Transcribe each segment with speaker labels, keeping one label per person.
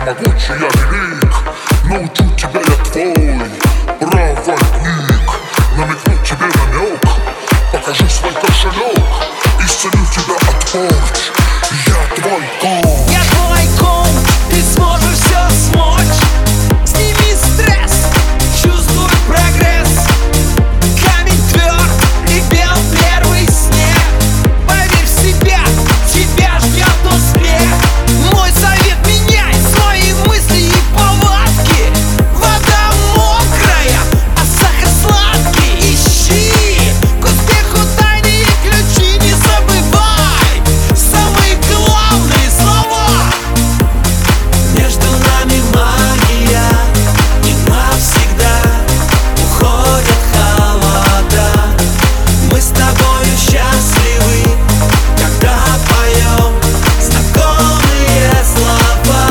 Speaker 1: могуч, я велик. Научу тебя я твой проводник. Намекну тебе намек, покажу свой кошелек. Исцелю тебя от порч, я твой коуч.
Speaker 2: Я твой коуч, ты сможешь все смочь. Сними стресс, чувствуй прогресс. Камень тверд и бел первый снег. Поверь в себя, тебя ждет успех. Мой совет: меняй свои мысли и повадки. Вода мокрая, а сахар сладкий. Ищи к успеху тайные ключи, не забывай самые главные слова. Между нами магия, и навсегда уходят холода. Мы с тобою счастливы, когда поем знакомые слова.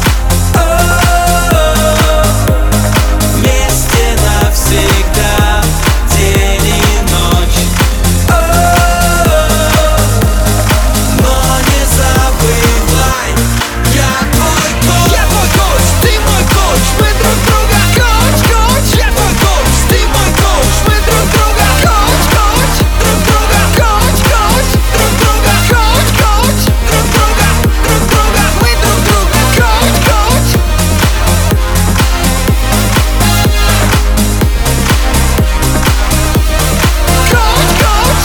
Speaker 2: Вместе навсегда, день и ночь. Но не забывай, я твой коуч. Я твой коуч, ты мой коуч, мы друг друга коуч, коуч. Я твой коуч, ты мой коуч, мы друг друга коуч, коуч. Друг друга коуч, коуч. Друг друга коуч, коуч. Друг друга, мы друг друга коуч, коуч. Коуч, коуч.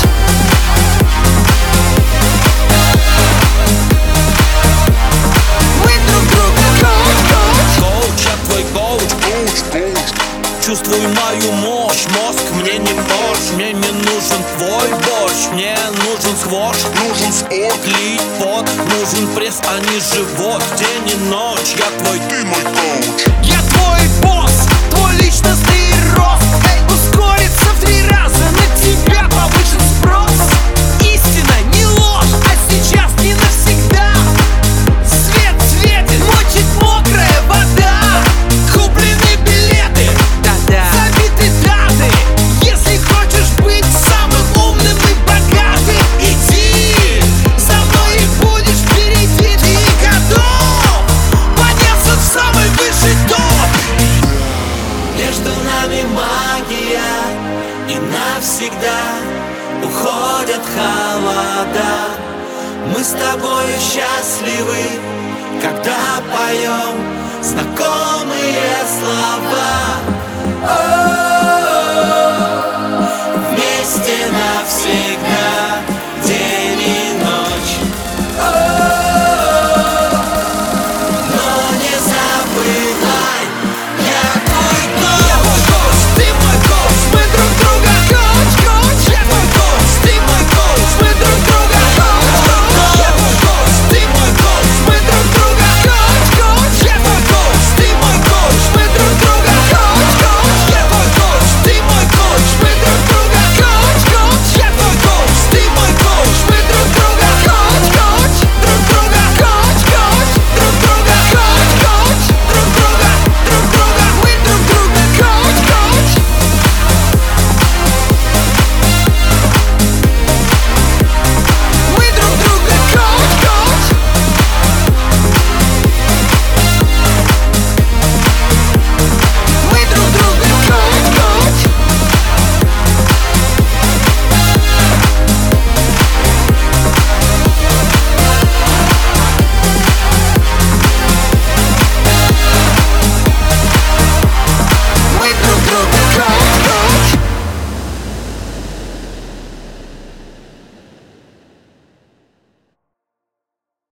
Speaker 2: Мы друг друга коуч, коуч.
Speaker 3: Коуч, я твой коуч,
Speaker 1: Коуч.
Speaker 3: чувствуй мою мощь. Мозг мне не борщ, мне не нужен твой борщ. Мне нужен сквош,
Speaker 1: Нужен спорт,
Speaker 3: лить пот, нужен пресс, а не живот. День и ночь, я твой.
Speaker 1: ты мой коуч.
Speaker 2: Я твой босс, твой личностный рост. Ускорится в 3 раза, на тебя повышен спрос. Истина, не ложь, а сейчас не навсегда. Свет светит, мочит мокрая вода. Куплены билеты, забиты даты. Если хочешь быть самым умным и богатым, иди за мной и будешь впереди. Ты готов подняться в самый высший топ. Между нами магия, и навсегда уходят холода. Мы с тобою счастливы, когда поем знакомые слова.